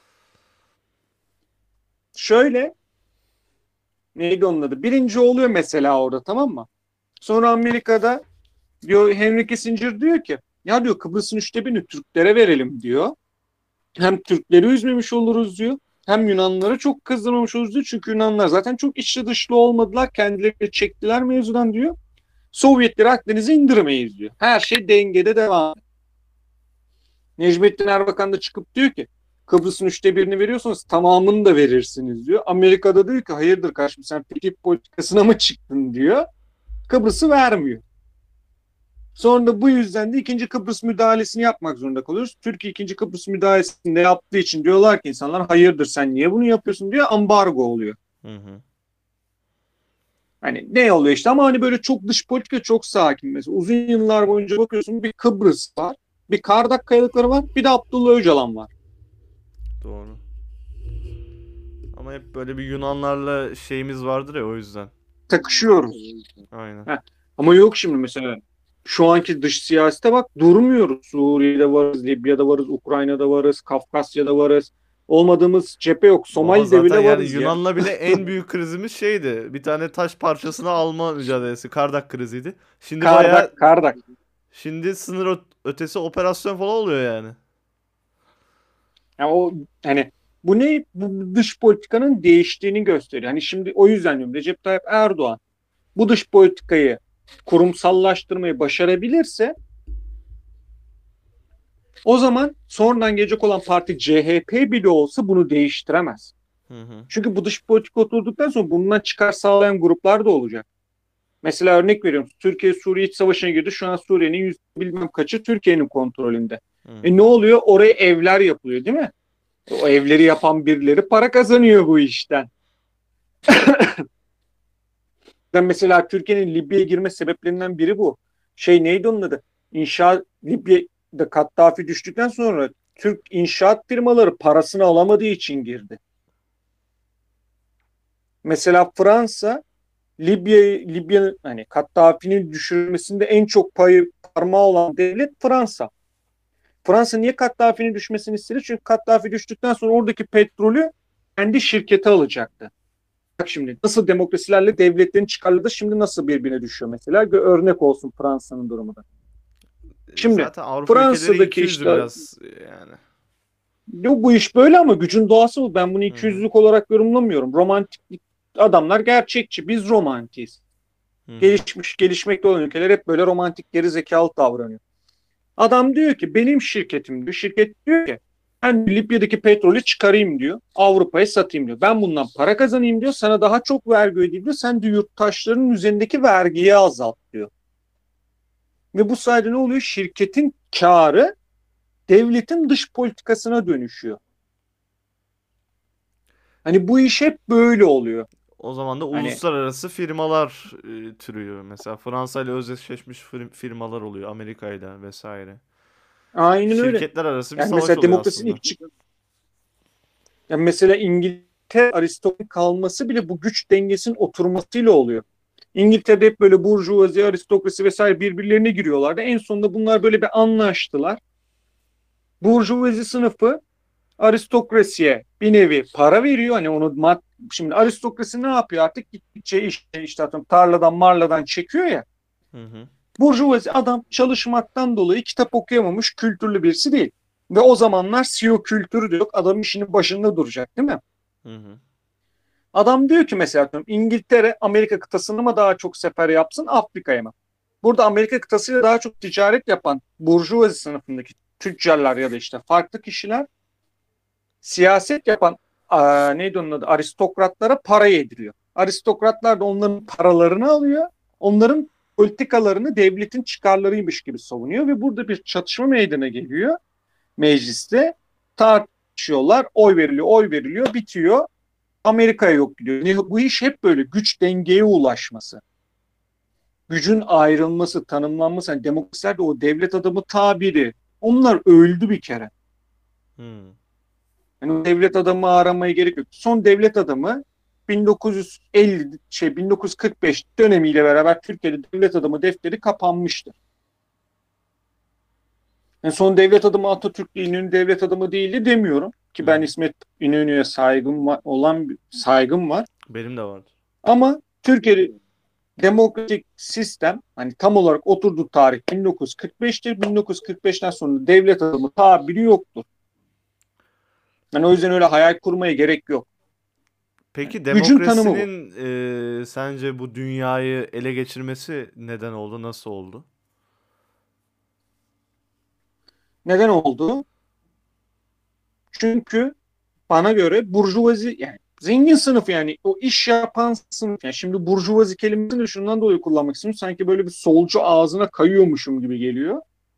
Şöyle, neydi onun adı? Birinci oluyor mesela orada, tamam mı? Sonra Amerika'da diyor, Henry Kissinger diyor ki ya diyor Kıbrıs'ın üçte birini Türklere verelim diyor. Hem Türkleri üzmemiş oluruz diyor. Hem Yunanlıları çok kızdırmamış oluruz diyor. Çünkü Yunanlar zaten çok içli dışlı olmadılar. Kendileri çektiler mevzudan diyor. Sovyetleri Akdeniz'e indirmeyiz diyor. Her şey dengede devam. Necmettin Erbakan da çıkıp diyor ki Kıbrıs'ın üçte birini veriyorsanız tamamını da verirsiniz diyor. Amerika'da diyor ki hayırdır kardeşim sen P politikasına mı çıktın diyor. Kıbrıs'ı vermiyor. Sonra da bu yüzden de ikinci Kıbrıs müdahalesini yapmak zorunda kalıyoruz. Türkiye ikinci Kıbrıs müdahalesini de yaptığı için diyorlar ki insanlar hayırdır sen niye bunu yapıyorsun diyor, ambargo oluyor. Hı hı. Hani ne oluyor işte, ama hani böyle çok dış politika çok sakin mesela. Uzun yıllar boyunca bakıyorsun bir Kıbrıs var, bir Kardak Kayalıkları var, bir de Abdullah Öcalan var. Doğru. Ama hep böyle bir Yunanlarla şeyimiz vardır ya o yüzden. Takışıyoruz. Aynen. Heh. Ama yok şimdi mesela şu anki dış siyasete bak, durmuyoruz. Suriye'de varız, Libya'da varız, Ukrayna'da varız, Kafkasya'da varız. Olmadığımız cephe yok. Baba Somali'de zaten bile yani varız ya. Yunan'la bile en büyük krizimiz şeydi. Bir tane taş parçasını alma mücadelesi. Kardak kriziydi. Şimdi baya Kardak, Kardak. şimdi sınır ö- ötesi operasyon falan oluyor yani. Yani o hani bu ne? Bu dış politikanın değiştiğini gösteriyor. Hani şimdi o yüzden diyorum Recep Tayyip Erdoğan bu dış politikayı kurumsallaştırmayı başarabilirse o zaman sonradan gelecek olan parti C H P bile olsa bunu değiştiremez. Hı hı. Çünkü bu dış politika oturduktan sonra bundan çıkar sağlayan gruplar da olacak. Mesela örnek veriyorum. Türkiye Suriye iç savaşına girdi. Şu an Suriye'nin yüz bilmem kaçı Türkiye'nin kontrolünde. Hı E hı. ne oluyor? Oraya evler yapılıyor değil mi? O evleri yapan birileri para kazanıyor bu işten. Ben mesela Türkiye'nin Libya'ya girme sebeplerinden biri bu. Şey neydi onun adı? İnşaat Libya'da Kaddafi düştükten sonra Türk inşaat firmaları parasını alamadığı için girdi. Mesela Fransa Libya Libya hani Kaddafi'nin düşürülmesinde en çok payı parmağı olan devlet Fransa. Fransa niye Kaddafi'nin düşmesini istedi? Çünkü Kaddafi düştükten sonra oradaki petrolü kendi şirketi alacaktı. Bak şimdi nasıl demokrasilerle devletlerin çıkarları da şimdi nasıl birbirine düşüyor mesela. Örnek olsun Fransa'nın durumu da. E, Şimdi Zaten Avrupa ülkeleri Fransa'daki ikiyüzlü işte biraz e, yani. bu, bu iş böyle ama gücün doğası bu. Ben bunu Hı hı. ikiyüzlülük olarak yorumlamıyorum. Romantik adamlar gerçekçi. Biz romantiyiz. Hı hı. Gelişmiş, gelişmekte olan ülkeler hep böyle romantik geri zekalı davranıyor. Adam diyor ki benim şirketim diyor. Şirket diyor ki ben Libya'daki petrolü çıkarayım diyor. Avrupa'ya satayım diyor. Ben bundan para kazanayım diyor. Sana daha çok vergi ödeyeyim diyor. Sen de yurttaşların üzerindeki vergiyi azalt diyor. Ve bu sayede ne oluyor? Şirketin karı devletin dış politikasına dönüşüyor. Hani bu iş hep böyle oluyor. O zaman da Hani uluslararası firmalar e, türüyor. Mesela Fransa ile özdeşleşmiş fir- firmalar oluyor. Amerika ile vesaire. aynen öyle. Şirketler arası bir Yani savaş mesela oluyor demokrasinin aslında. ilk çık yani mesela İngiltere aristokratik kalması bile bu güç dengesinin oturmasıyla oluyor. İngiltere'de hep böyle burjuvazi, aristokrasi vesaire birbirlerine giriyorlardı. En sonunda bunlar böyle bir anlaştılar. Burjuvazi sınıfı aristokrasiye bir nevi para veriyor. Hani onu mad şimdi aristokrasi ne yapıyor artık? Gittikçe işte, işte atıyorum, tarladan marladan çekiyor ya. Hı hı. Burjuvazi adam çalışmaktan dolayı kitap okuyamamış kültürlü birisi değil. Ve o zamanlar C E O kültürü de yok. Adam işinin başında duracak değil mi? Hı hı. Adam diyor ki mesela İngiltere Amerika kıtasını mı daha çok sefer yapsın Afrika'ya mı? Burada Amerika kıtasıyla daha çok ticaret yapan burjuvazi sınıfındaki tüccarlar ya da işte farklı kişiler siyaset yapan aa, neydi onun adı aristokratlara para yediriyor. Aristokratlar da onların paralarını alıyor. Onların politikalarını devletin çıkarlarıymış gibi savunuyor ve burada bir çatışma meydana geliyor mecliste. Tartışıyorlar, oy veriliyor, oy veriliyor, bitiyor. Amerika'ya yok gidiyor. Bu iş hep böyle güç dengeye ulaşması. Gücün ayrılması, tanımlanması. Yani demokrasilerde o devlet adamı tabiri. Onlar öldü bir kere. Hı. Yani o devlet adamı aramaya gerek yok. Son devlet adamı bin dokuz yüz elli şey bin dokuz yüz kırk beş dönemiyle beraber Türkiye'de devlet adamı defteri kapanmıştır. Yani son devlet adamı Atatürk İnönü devlet adamı değildi demiyorum Hı ki ben hı. İsmet İnönü'ye saygım var, olan saygım var. Benim de vardı. Ama Türkiye'de demokratik sistem hani tam olarak oturduğu tarih bin dokuz yüz kırk beştir. bin dokuz yüz kırk beşten sonra devlet adamı tabiri yoktur. Yani o yüzden öyle hayal kurmaya gerek yok. Yani Peki gücün tanımı bu. demokrasinin e, sence bu dünyayı ele geçirmesi neden oldu? Nasıl oldu? Neden oldu? Çünkü bana göre burjuvazi yani zengin sınıf yani o iş yapan sınıf. Yani şimdi burjuvazi kelimesini de şundan dolayı kullanmak istiyorum. Sanki böyle bir solcu ağzına kayıyormuşum gibi geliyor.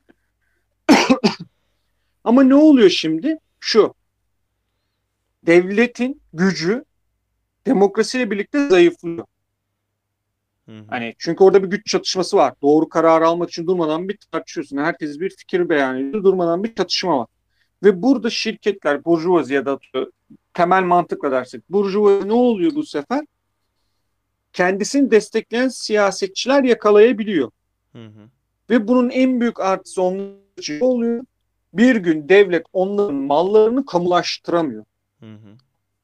Ama ne oluyor şimdi? Şu devletin gücü demokrasiyle birlikte zayıflıyor. Hı hı. Hani çünkü orada bir güç çatışması var. Doğru kararı almak için durmadan bir tartışıyorsun. Herkes bir fikir beyan ediyor. Durmadan bir çatışma var. Ve burada şirketler, burjuvazi ya da temel mantıkla dersek, burjuvazi ne oluyor bu sefer? Kendisini destekleyen siyasetçiler yakalayabiliyor. Hı hı. Ve bunun en büyük artısı onun için oluyor. Bir gün devlet onların mallarını kamulaştıramıyor. Hı hı.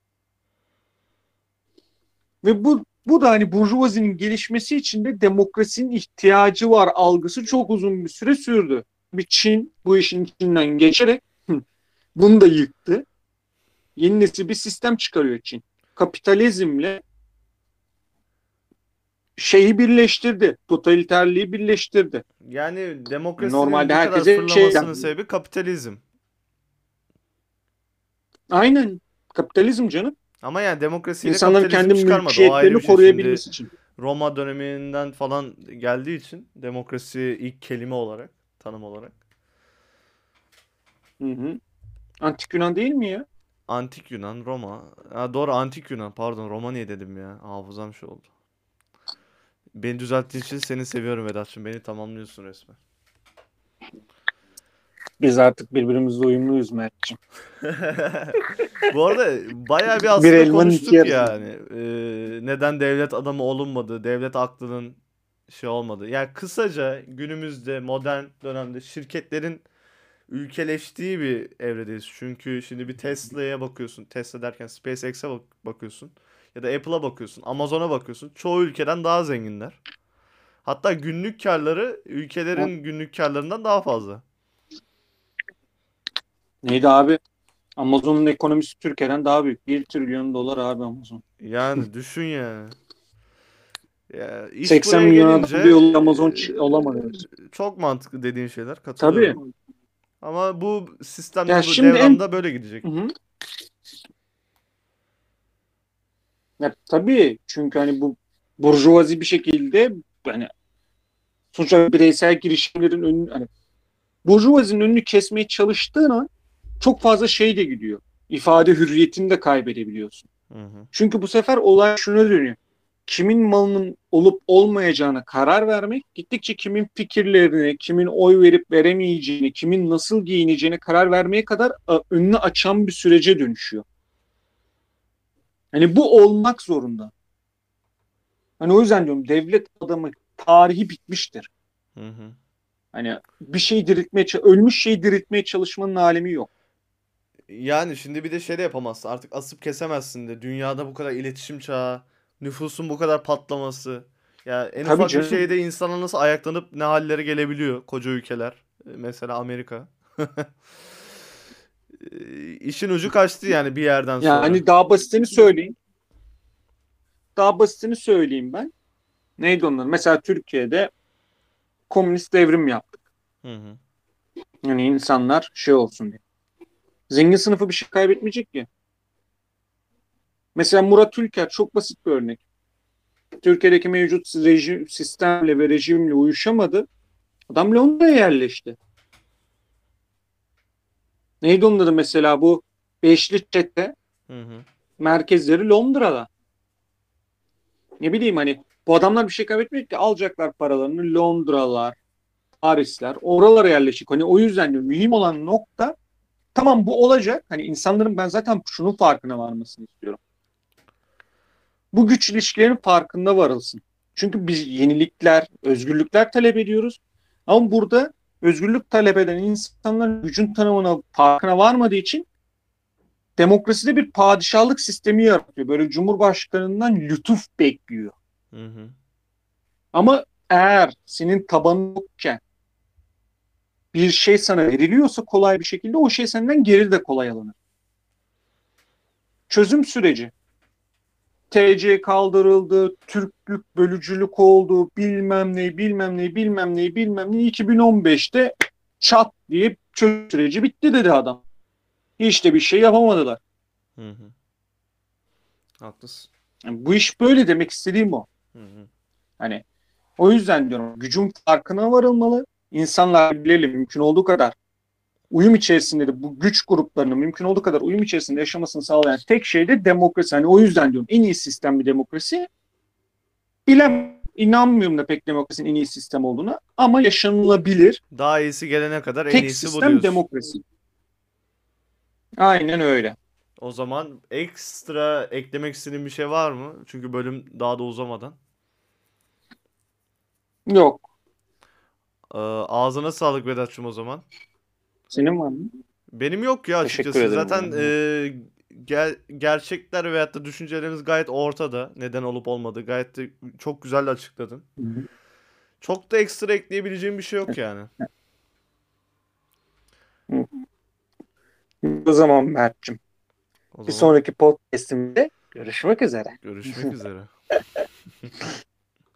Ve bu bu da hani burjuvazinin gelişmesi için de demokrasinin ihtiyacı var algısı çok uzun bir süre sürdü. Bir Çin bu işin içinden geçerek Bunu da yıktı. Yeni nesil bir sistem çıkarıyor Çin. Kapitalizmle şeyi birleştirdi. Totaliterliği birleştirdi. Yani Yani demokrasinin normalde bu kadar herkese fırlamasının şeyden. sebebi kapitalizm. Aynen. Kapitalizm canım. Ama yani demokrasiyle İnsanların kapitalizm kendi çıkarmadı. O ayrı bir mülkiyetlerini şey. Şimdi koruyabilmesi için. Roma döneminden falan geldiği için demokrasi ilk kelime olarak, tanım olarak. Hı hı. Antik Yunan değil mi ya? Antik Yunan, Roma. Ha, doğru, Antik Yunan. Pardon, Roma niye dedim ya? Hafızam şey oldu. Beni düzelttiğin için seni seviyorum Vedat'cığım. Beni tamamlıyorsun resmen. Biz artık birbirimizle uyumluyuz Mert'ciğim. Bu arada bayağı bir Bir aslında elmanın iki konuştuk yarısı. yani. Ee, neden devlet adamı olunmadı, devlet aklının şey olmadı. Yani kısaca günümüzde modern dönemde şirketlerin ülkeleştiği bir evredeyiz. Çünkü şimdi bir Tesla'ya bakıyorsun. Tesla derken SpaceX'e bak bakıyorsun. Ya da Apple'a bakıyorsun. Amazon'a bakıyorsun. Çoğu ülkeden daha zenginler. Hatta günlük karları ülkelerin günlük karlarından daha fazla. Neydi abi? Amazon'un ekonomisi Türkiye'den daha büyük. Bir trilyon dolar abi Amazon. Yani düşün yani. Ya iş seksen buraya milyon gelince adam bir yol Amazon ç- olamadı. e, çok mantıklı dediğin şeyler, Tabii. katılıyorum. Ama bu Ya sistemde, bu şimdi en devamda böyle gidecek. Hı hı. Ya tabii çünkü hani bu burjuvazi bir şekilde hani sonuçta bireysel girişimlerin önünü hani burjuvazinin önünü kesmeye çalıştığın an çok fazla şey de gidiyor. İfade hürriyetini de kaybedebiliyorsun. Hı hı. Çünkü bu sefer olay şuna dönüyor. Kimin malının olup olmayacağına karar vermek, gittikçe kimin fikirlerini, kimin oy verip veremeyeceğini, kimin nasıl giyineceğine karar vermeye kadar a, önünü açan bir sürece dönüşüyor. Hani bu olmak zorunda. Hani o yüzden diyorum devlet adamı tarihi bitmiştir. Hı hı. Hani bir şey diriltmeye, ölmüş şeyi diriltmeye çalışmanın alemi yok. Yani şimdi bir de şey de yapamazsın. Artık asıp kesemezsin de. Dünyada bu kadar iletişim çağı, nüfusun bu kadar patlaması. Ya en Tabii ufak bir canım. şeyde insana nasıl ayaklanıp ne hallere gelebiliyor koca ülkeler. E, Mesela Amerika. E, İşin ucu kaçtı yani bir yerden sonra. Yani daha basitini söyleyeyim. Daha basitini söyleyeyim ben. Neydi onlar? Mesela Türkiye'de komünist devrim yaptık. Hı hı. Yani insanlar şey olsun diye. Zengin sınıfı bir şey kaybetmeyecek ki. Mesela Murat Ülker çok basit bir örnek. Türkiye'deki mevcut rejim, sistemle ve rejimle uyuşamadı. Adam Londra'ya yerleşti. Neydi onun adı mesela bu beşli çete Hı hı. merkezleri Londra'da. Ne bileyim hani bu adamlar bir şey kaybetmiyor ki alacaklar paralarını Londralar, Parisler oralara yerleşik. Hani o yüzden diyorum mühim olan nokta tamam bu olacak. Hani insanların ben zaten şunun farkına varmasını istiyorum. Bu güç ilişkilerinin farkında varılsın. Çünkü biz yenilikler, özgürlükler talep ediyoruz. Ama burada özgürlük talep eden insanlar gücün tanımına farkına varmadığı için demokraside bir padişahlık sistemi yaratıyor. Böyle cumhurbaşkanından lütuf bekliyor. Hı hı. Ama eğer senin tabanın yokken bir şey sana veriliyorsa kolay bir şekilde o şey senden geri de kolay alınır. Çözüm süreci. T C kaldırıldı, Türklük bölücülük oldu, bilmem ne, bilmem ne, bilmem ne, bilmem ne. iki bin on beşte çat diye çözüm süreci bitti dedi adam. Hiç de bir şey yapamadılar. Hı hı. Haklısın. Yani bu iş böyle demek istediğim o. Hı hı. Hani o yüzden diyorum gücün farkına varılmalı. İnsanlar bilelim mümkün olduğu kadar uyum içerisinde de bu güç gruplarının mümkün olduğu kadar uyum içerisinde yaşamasını sağlayan tek şey de demokrasi. Hani o yüzden diyorum en iyi sistem bir demokrasi. Bilem inanmıyorum da pek demokrasinin en iyi sistem olduğuna ama yaşanılabilir Daha iyisi gelene kadar en tek iyisi bu sistem diyorsun. demokrasi. Aynen öyle. O zaman ekstra eklemek istediğin bir şey var mı? Çünkü bölüm daha da uzamadan. Yok. Ee, ağzına sağlık Vedat'cığım o zaman. Senin var mı? Benim yok ya Teşekkür açıkçası. ederim Zaten canım. e, gel, gerçekler veyahut da düşüncelerimiz gayet ortada. Neden olup olmadığı. Gayet de çok güzel açıkladın. Hı hı. Çok da ekstra ekleyebileceğim bir şey yok yani. Hı. O zaman Mert'cim O bir zaman sonraki podcast'imde görüşmek üzere. görüşmek üzere.